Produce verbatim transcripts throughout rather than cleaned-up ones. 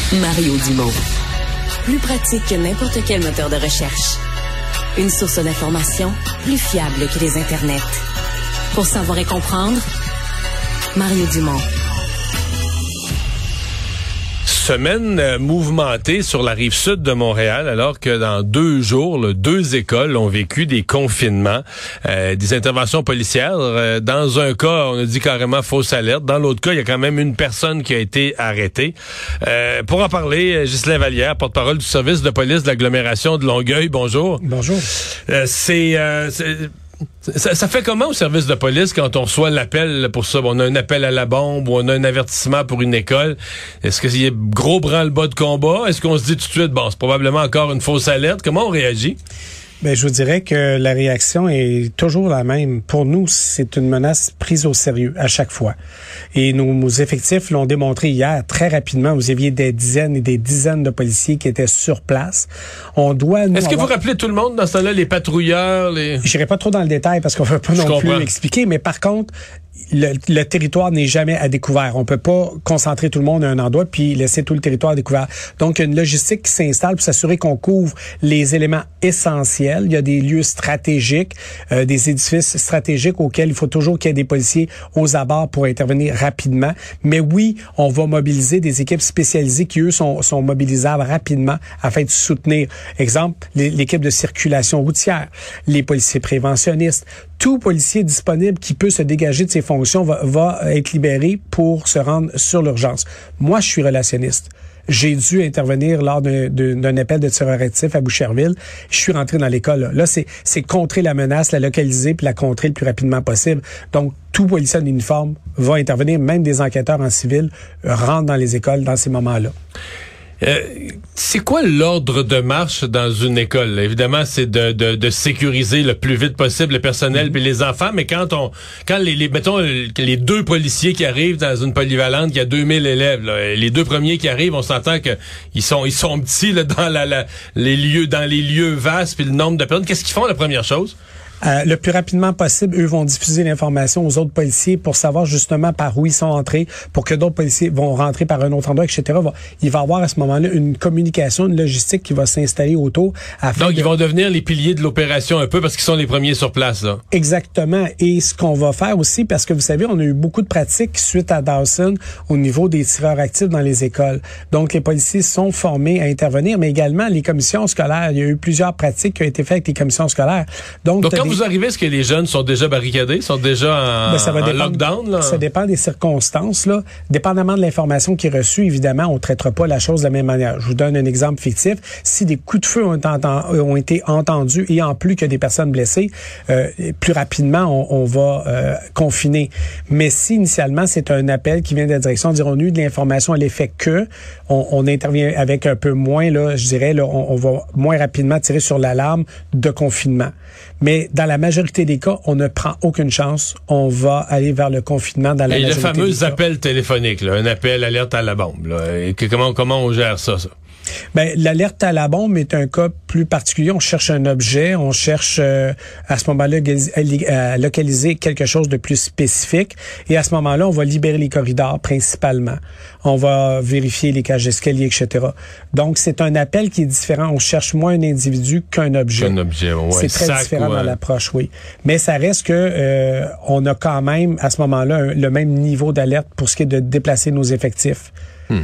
Mario Dumont. Plus pratique que n'importe quel moteur de recherche. Une source d'information plus fiable que les internets. Pour savoir et comprendre, Mario Dumont. Semaine euh, mouvementée sur la rive sud de Montréal, alors que dans deux jours, là, deux écoles ont vécu des confinements, euh, des interventions policières. Euh, dans un cas, on a dit carrément fausse alerte. Dans l'autre cas, il y a quand même une personne qui a été arrêtée. Euh, pour en parler, Ghislain Vallière, porte-parole du service de police de l'agglomération de Longueuil. Bonjour. Bonjour. Euh, c'est... Euh, c'est Ça, ça fait comment au service de police quand on reçoit l'appel pour ça? On a un appel à la bombe ou on a un avertissement pour une école. Est-ce qu'il y a gros branle-bas de combat? Est-ce qu'on se dit tout de suite, bon, c'est probablement encore une fausse alerte? Comment on réagit? Ben, je vous dirais que la réaction est toujours la même. Pour nous, c'est une menace prise au sérieux à chaque fois. Et nos, nos effectifs l'ont démontré hier très rapidement. Vous aviez des dizaines et des dizaines de policiers qui étaient sur place. On doit. Nous, Est-ce que avoir... vous rappelez tout le monde dans ce temps-là, les patrouilleurs, les... J'irai pas trop dans le détail parce qu'on ne veut pas je non comprends. plus l'expliquer, mais par contre, Le, le territoire n'est jamais à découvert. On peut pas concentrer tout le monde à un endroit puis laisser tout le territoire à découvert. Donc, il y a une logistique qui s'installe pour s'assurer qu'on couvre les éléments essentiels. Il y a des lieux stratégiques, euh, des édifices stratégiques auxquels il faut toujours qu'il y ait des policiers aux abords pour intervenir rapidement. Mais oui, on va mobiliser des équipes spécialisées qui, eux, sont, sont mobilisables rapidement afin de soutenir, exemple, les, l'équipe de circulation routière, les policiers préventionnistes. Tout policier disponible qui peut se dégager de ses fonctions va, va être libéré pour se rendre sur l'urgence. Moi, je suis relationniste. J'ai dû intervenir lors d'un, d'un appel de tireur actif à Boucherville. Je suis rentré dans l'école. Là, là c'est, c'est contrer la menace, la localiser puis la contrer le plus rapidement possible. Donc, tout policier en uniforme va intervenir, même des enquêteurs en civil rentrent dans les écoles dans ces moments-là. Euh, c'est quoi l'ordre de marche dans une école? Là, évidemment, c'est de, de, de sécuriser le plus vite possible le personnel et les enfants, mais quand on, quand les, les, mettons, les deux policiers qui arrivent dans une polyvalente qui a deux mille élèves, là, les deux premiers qui arrivent, on s'entend que ils sont, ils sont petits, là, dans la, la, les lieux, dans les lieux vastes puis le nombre de personnes. Qu'est-ce qu'ils font la première chose? Euh, le plus rapidement possible, eux vont diffuser l'information aux autres policiers pour savoir justement par où ils sont entrés, pour que d'autres policiers vont rentrer par un autre endroit, et cetera. Il va y avoir à ce moment-là une communication, une logistique qui va s'installer autour. Afin Donc, de... ils vont devenir les piliers de l'opération un peu parce qu'ils sont les premiers sur place, là. Exactement. Et ce qu'on va faire aussi, parce que vous savez, on a eu beaucoup de pratiques suite à Dawson au niveau des tireurs actifs dans les écoles. Donc, les policiers sont formés à intervenir, mais également les commissions scolaires. Il y a eu plusieurs pratiques qui ont été faites avec les commissions scolaires. Donc, Donc quand vous arrivez, est-ce que les jeunes sont déjà barricadés, sont déjà en, ben, ça va en dépendre, lockdown? Là? Ça dépend des circonstances. Là. Dépendamment de l'information qui est reçue, évidemment, on ne traitera pas la chose de la même manière. Je vous donne un exemple fictif. Si des coups de feu ont, enten- ont été entendus et en plus que des personnes blessées, euh, plus rapidement, on, on va euh, confiner. Mais si initialement, c'est un appel qui vient de la direction, diront-nous eu de l'information à l'effet que, on, on intervient avec un peu moins, là, je dirais, là, on, on va moins rapidement tirer sur l'alarme de confinement. Mais dans la majorité des cas, on ne prend aucune chance. On va aller vers le confinement dans la et majorité des cas. Et le fameux appel téléphonique, là, un appel alerte à la bombe. Là, et que, comment, comment on gère ça, ça? Ben, l'alerte à la bombe est un cas plus particulier. On cherche un objet, on cherche euh, à ce moment-là à localiser quelque chose de plus spécifique. Et à ce moment-là, on va libérer les corridors principalement. On va vérifier les cages d'escalier, et cetera. Donc, c'est un appel qui est différent. On cherche moins un individu qu'un objet. Un objet, ouais. C'est très Sac, différent ouais. dans l'approche, oui. Mais ça reste que euh, on a quand même, à ce moment-là, un, le même niveau d'alerte pour ce qui est de déplacer nos effectifs. Hmm.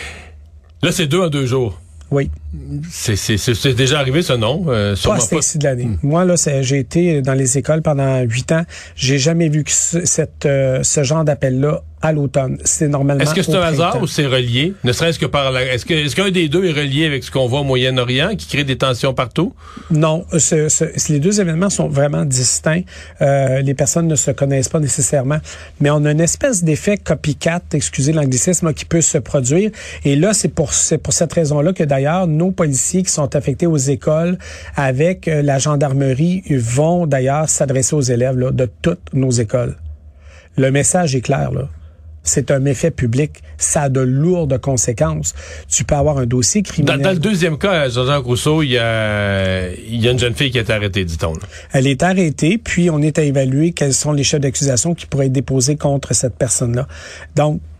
Là, c'est deux en deux jours. Oui. C'est, c'est, c'est, c'est déjà arrivé, ce nom? Euh, pas à ce temps-ci de l'année. Mmh. Moi, là, c'est, j'ai été dans les écoles pendant huit ans. J'ai jamais vu que ce, cette, euh, ce genre d'appel-là à l'automne. C'est normalement. Est-ce que c'est un hasard ou c'est relié? Ne serait-ce que par la. Est-ce que est-ce qu'un des deux est relié avec ce qu'on voit au Moyen-Orient, qui crée des tensions partout? Non, ce, ce, les deux événements sont vraiment distincts. Euh, les personnes ne se connaissent pas nécessairement, mais on a une espèce d'effet copycat, excusez l'anglicisme, qui peut se produire. Et là, c'est pour c'est pour cette raison-là que d'ailleurs nos policiers qui sont affectés aux écoles avec euh, la gendarmerie vont d'ailleurs s'adresser aux élèves là, de toutes nos écoles. Le message est clair là. C'est un méfait public. Ça a de lourdes conséquences. Tu peux avoir un dossier criminel. Dans, dans le deuxième cas, Jean-Jacques Rousseau, il y a, il y a une jeune fille qui a été arrêtée, dit-on. Là. Elle est arrêtée, puis on est à évaluer quels sont les chefs d'accusation qui pourraient être déposés contre cette personne-là. Donc,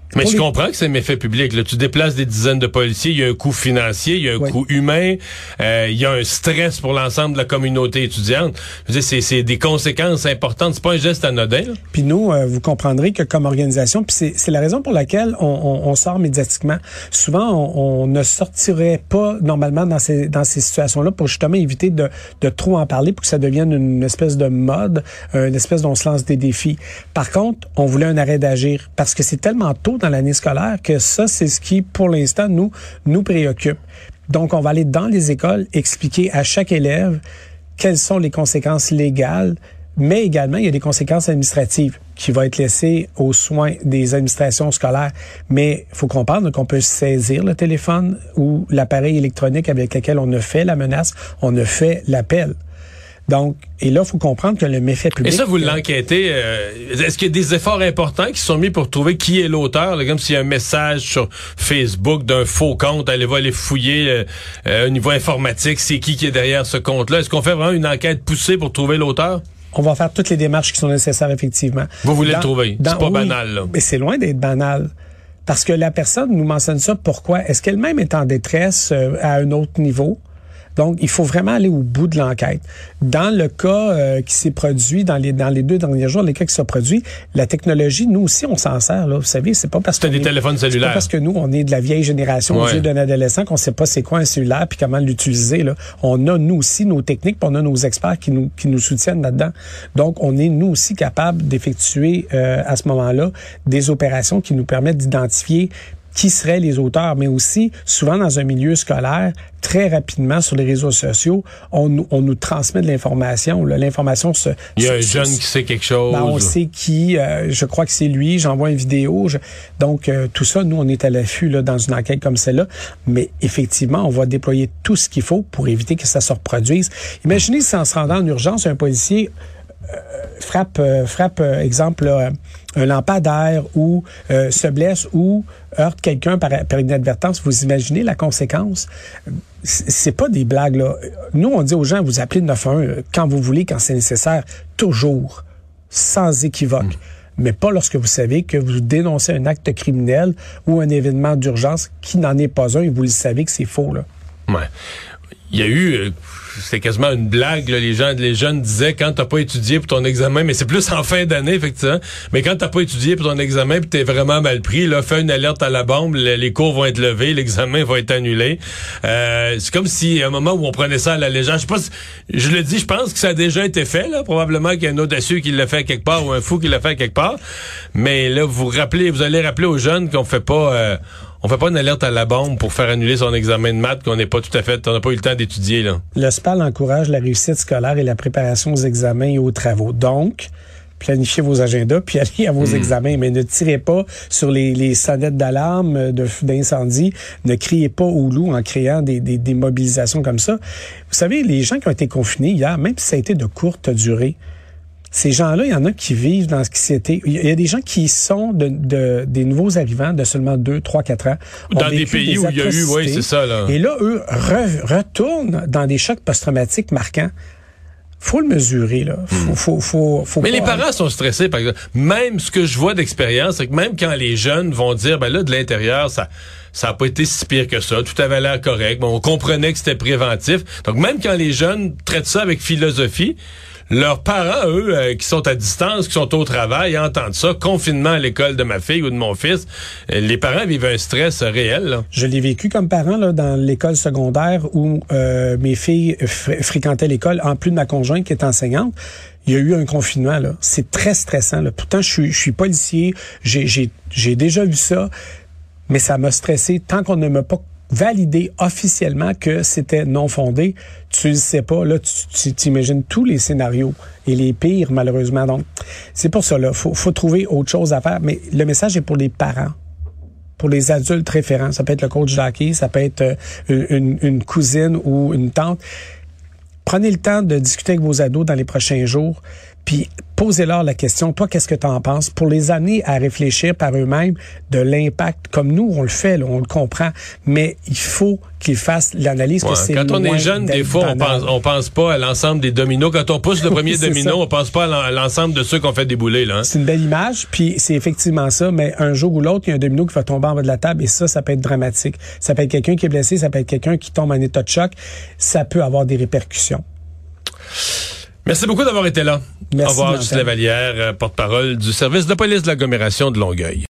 Mais Pour je les... comprends que c'est un méfait public. Là. Tu déplaces des dizaines de policiers, il y a un coût financier, il y a un oui. coût humain, euh, il y a un stress pour l'ensemble de la communauté étudiante. Je veux dire, c'est, c'est des conséquences importantes. C'est pas un geste anodin. Là. Puis nous, euh, vous comprendrez que comme organisation, puis c'est, c'est la raison pour laquelle on, on, on sort médiatiquement. Souvent, on, on ne sortirait pas normalement dans ces dans ces situations-là pour justement éviter de, de trop en parler pour que ça devienne une espèce de mode, une espèce dont on se lance des défis. Par contre, on voulait un arrêt d'agir parce que c'est tellement tôt dans l'année scolaire que ça, c'est ce qui, pour l'instant, nous, nous préoccupe. Donc, on va aller dans les écoles expliquer à chaque élève quelles sont les conséquences légales, mais également, il y a des conséquences administratives qui vont être laissées aux soins des administrations scolaires. Mais il faut comprendre qu'on peut saisir le téléphone ou l'appareil électronique avec lequel on a fait la menace, on a fait l'appel. Donc, et là, il faut comprendre que le méfait public... Et ça, vous l'enquêtez. Euh, est-ce qu'il y a des efforts importants qui sont mis pour trouver qui est l'auteur? Là, comme s'il y a un message sur Facebook d'un faux compte, allez va aller fouiller euh, euh, au niveau informatique, c'est qui qui est derrière ce compte-là? Est-ce qu'on fait vraiment une enquête poussée pour trouver l'auteur? On va faire toutes les démarches qui sont nécessaires, effectivement. Vous voulez dans, le trouver? Dans, c'est pas oui, banal, là. Mais c'est loin d'être banal. Parce que la personne nous mentionne ça. Pourquoi? Est-ce qu'elle-même est en détresse euh, à un autre niveau? Donc, il faut vraiment aller au bout de l'enquête. Dans le cas euh, qui s'est produit, dans les dans les deux derniers jours, les cas qui sont produits, la technologie, nous aussi, on s'en sert. Là. Vous savez, c'est pas parce que... C'est des téléphones cellulaires. C'est pas parce que nous, on est de la vieille génération, aux yeux d'un adolescent, qu'on sait pas c'est quoi un cellulaire puis comment l'utiliser. Là. On a, nous aussi, nos techniques, puis on a nos experts qui nous qui nous soutiennent là-dedans. Donc, on est, nous aussi, capables d'effectuer, euh, à ce moment-là, des opérations qui nous permettent d'identifier qui seraient les auteurs, mais aussi, souvent dans un milieu scolaire, très rapidement sur les réseaux sociaux, on, on nous transmet de l'information. Là. L'information se... Il y a se, un se, jeune qui sait quelque chose. Ben, on sait qui, euh, je crois que c'est lui, j'envoie une vidéo. Je, donc, euh, tout ça, nous, on est à l'affût là, dans une enquête comme celle-là. Mais effectivement, on va déployer tout ce qu'il faut pour éviter que ça se reproduise. Imaginez si en se rendant en urgence, un policier euh, frappe, euh, frappe euh, exemple, là, un lampadaire ou euh, se blesse ou heurte quelqu'un par, par inadvertance. Vous imaginez la conséquence? C'est pas des blagues, là. Nous, on dit aux gens, vous appelez le neuf un un quand vous voulez, quand c'est nécessaire, toujours, sans équivoque. Mmh. Mais pas lorsque vous savez que vous dénoncez un acte criminel ou un événement d'urgence qui n'en est pas un et vous le savez que c'est faux, là. Ouais. Il y a eu... Euh... C'était quasiment une blague, là. Les gens, les jeunes disaient quand t'as pas étudié pour ton examen, mais c'est plus en fin d'année, effectivement. Mais quand t'as pas étudié pour ton examen puis t'es vraiment mal pris, là, fais une alerte à la bombe, les, les cours vont être levés, l'examen va être annulé. Euh, c'est comme si, à un moment où on prenait ça à la légère, je sais pas si, je le dis, je pense que ça a déjà été fait, là. Probablement qu'il y a un audacieux qui l'a fait quelque part ou un fou qui l'a fait quelque part. Mais là, vous rappelez, vous allez rappeler aux jeunes qu'on fait pas, euh, on fait pas une alerte à la bombe pour faire annuler son examen de maths qu'on n'est pas tout à fait, on n'a pas eu le temps d'étudier, là. Le S P A L encourage la réussite scolaire et la préparation aux examens et aux travaux. Donc, planifiez vos agendas puis allez à vos mmh. examens, mais ne tirez pas sur les, les sonnettes d'alarme de, d'incendie, ne criez pas au loup en créant des, des, des mobilisations comme ça. Vous savez, les gens qui ont été confinés hier, même si ça a été de courte durée, ces gens-là, il y en a qui vivent dans ce qui s'était... Il y a des gens qui sont de, de, des nouveaux arrivants de seulement deux, trois, quatre ans. Dans des pays des où il y a eu, oui, c'est ça, là. Et là, eux re, retournent dans des chocs post-traumatiques marquants. Faut le mesurer, là. Faut, mmh. faut, faut, faut Mais pas... les parents sont stressés, par exemple. Même ce que je vois d'expérience, c'est que même quand les jeunes vont dire, ben là, de l'intérieur, ça... ça n'a pas été si pire que ça. Tout avait l'air correct. Bon, on comprenait que c'était préventif. Donc, même quand les jeunes traitent ça avec philosophie, leurs parents, eux, euh, qui sont à distance, qui sont au travail, entendent ça. Confinement à l'école de ma fille ou de mon fils. Euh, les parents vivent un stress réel, là. Je l'ai vécu comme parent, là, dans l'école secondaire où euh, mes filles fr- fréquentaient l'école, en plus de ma conjointe qui est enseignante. Il y a eu un confinement, là. C'est très stressant, là. Pourtant, je suis, je suis policier. J'ai, j'ai, j'ai déjà vu ça. Mais ça m'a stressé tant qu'on ne m'a pas validé officiellement que c'était non fondé. Tu le sais pas, là, tu, tu imagines tous les scénarios et les pires, malheureusement. Donc, c'est pour ça, là, faut, faut trouver autre chose à faire. Mais le message est pour les parents, pour les adultes référents. Ça peut être le coach de hockey, ça peut être une, une cousine ou une tante. Prenez le temps de discuter avec vos ados dans les prochains jours. Puis posez-leur la question, toi, qu'est-ce que tu en penses? Pour les amener à réfléchir par eux-mêmes de l'impact, comme nous, on le fait, là, on le comprend, mais il faut qu'ils fassent l'analyse ouais, que c'est quand on est jeune, des fois, on pense, on pense pas à l'ensemble des dominos. Quand on pousse le premier domino, ça. On pense pas à l'ensemble de ceux qu'on fait débouler. Là, hein? C'est une belle image, puis c'est effectivement ça, mais un jour ou l'autre, il y a un domino qui va tomber en bas de la table, et ça, ça peut être dramatique. Ça peut être quelqu'un qui est blessé, ça peut être quelqu'un qui tombe en état de choc. Ça peut avoir des répercussions. Merci beaucoup d'avoir été là. Merci. Au revoir, Ghislain Vallière, porte-parole du service de police de l'agglomération de Longueuil.